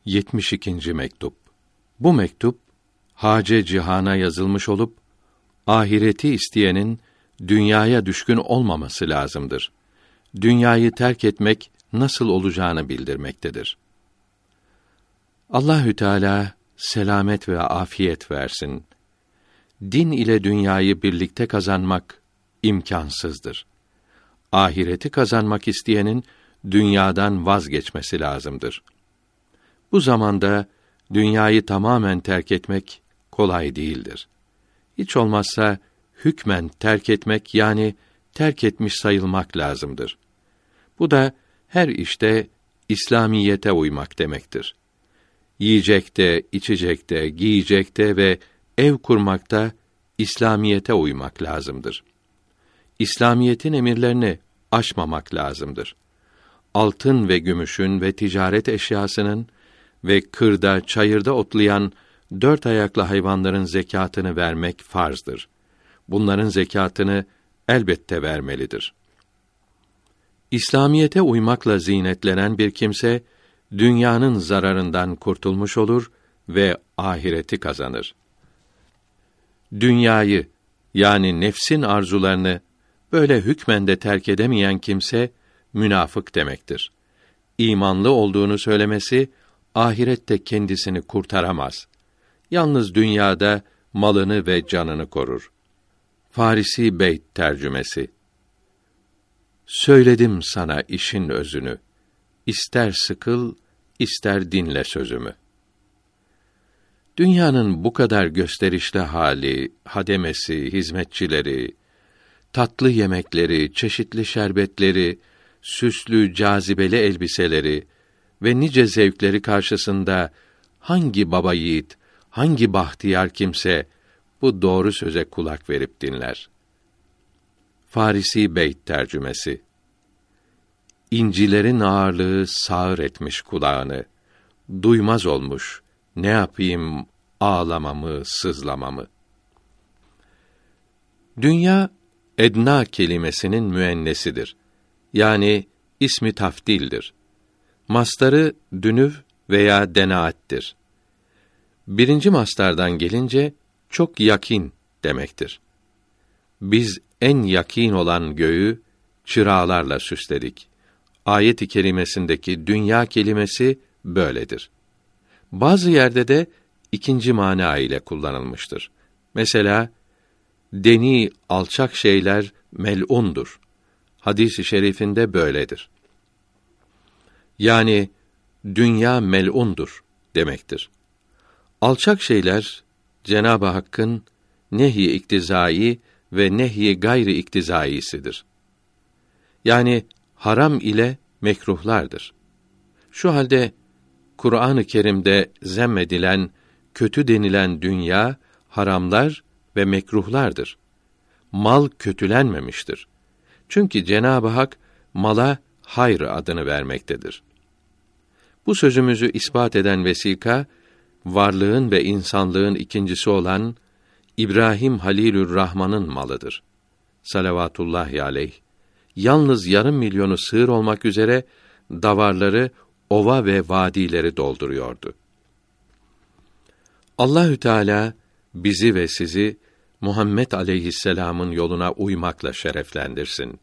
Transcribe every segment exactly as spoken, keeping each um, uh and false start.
yetmiş ikinci mektup. Bu mektup Hace Cihan'a yazılmış olup ahireti isteyenin dünyaya düşkün olmaması lazımdır. Dünyayı terk etmek nasıl olacağını bildirmektedir. Allahü Teala selamet ve afiyet versin. Din ile dünyayı birlikte kazanmak imkansızdır. Ahireti kazanmak isteyenin dünyadan vazgeçmesi lazımdır. Bu zamanda dünyayı tamamen terk etmek kolay değildir. Hiç olmazsa hükmen terk etmek, yani terk etmiş sayılmak lazımdır. Bu da her işte İslamiyete uymak demektir. Yiyecekte, içecekte, giyecekte ve ev kurmakta İslamiyete uymak lazımdır. İslamiyetin emirlerini aşmamak lazımdır. Altın ve gümüşün ve ticaret eşyasının ve kırda, çayırda otlayan dört ayaklı hayvanların zekatını vermek farzdır. Bunların zekatını elbette vermelidir. İslamiyete uymakla zinetlenen bir kimse, dünyanın zararından kurtulmuş olur ve ahireti kazanır. Dünyayı, yani nefsin arzularını böyle hükmen de terk edemeyen kimse, münafık demektir. İmanlı olduğunu söylemesi, ahirette kendisini kurtaramaz. Yalnız dünyada malını ve canını korur. Farisi Beyt tercümesi. Söyledim sana işin özünü. İster sıkıl, ister dinle sözümü. Dünyanın bu kadar gösterişli hali, hademesi, hizmetçileri, tatlı yemekleri, çeşitli şerbetleri, süslü, cazibeli elbiseleri ve nice zevkleri karşısında hangi baba yiğit, hangi bahtiyar kimse bu doğru söze kulak verip dinler? Farisi Beyt tercümesi. İncilerin ağırlığı sağır etmiş kulağını. Duymaz olmuş, ne yapayım ağlamamı, sızlamamı. Dünya, edna kelimesinin müennesidir. Yani ismi tafdildir. Mastarı dünüv veya denaattir. Birinci mastardan gelince çok yakin demektir. Biz en yakin olan göğü çırağlarla süsledik. Ayet-i kerimesindeki dünya kelimesi böyledir. Bazı yerde de ikinci mana ile kullanılmıştır. Mesela deni alçak şeyler mel'undur. Hadis-i şerifinde böyledir. Yani dünya mel'undur demektir. Alçak şeyler Cenab-ı Hakk'ın nehy-i iktizai ve nehy-i gayri iktizaisidir. Yani haram ile mekruhlardır. Şu halde Kur'an-ı Kerim'de zemmedilen, kötü denilen dünya, haramlar ve mekruhlardır. Mal kötülenmemiştir. Çünkü Cenab-ı Hak mala hayr adını vermektedir. Bu sözümüzü ispat eden vesika, varlığın ve insanlığın ikincisi olan İbrahim Halilür Rahman'ın malıdır. Salavatullahi aleyh. Yalnız yarım milyonu sığır olmak üzere davarları, ova ve vadileri dolduruyordu. Allahü Teala bizi ve sizi Muhammed aleyhisselam'ın yoluna uymakla şereflendirsin.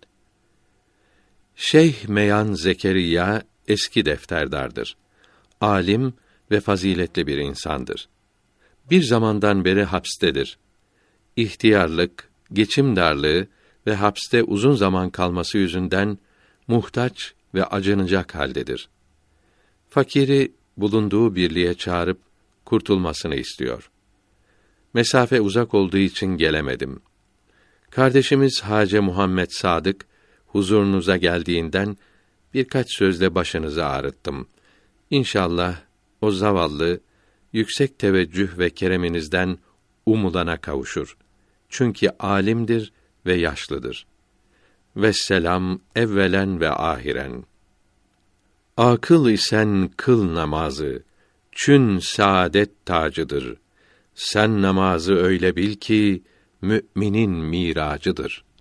Şeyh Meyan Zekeriya eski defterdardır. Alim ve faziletli bir insandır. Bir zamandan beri hapstedir. İhtiyarlık, geçim darlığı ve hapste uzun zaman kalması yüzünden muhtaç ve acınacak haldedir. Fakiri bulunduğu birliğe çağırıp kurtulmasını istiyor. Mesafe uzak olduğu için gelemedim. Kardeşimiz Hace Muhammed Sadık huzurunuza geldiğinden birkaç sözle başınızı ağrıttım. İnşallah o zavallı yüksek teveccüh ve kereminizden umulana kavuşur. Çünkü alimdir ve yaşlıdır. Vesselam evvelen ve ahiren. Akıl isen kıl namazı, çün saadet tacıdır. Sen namazı öyle bil ki, müminin miracıdır.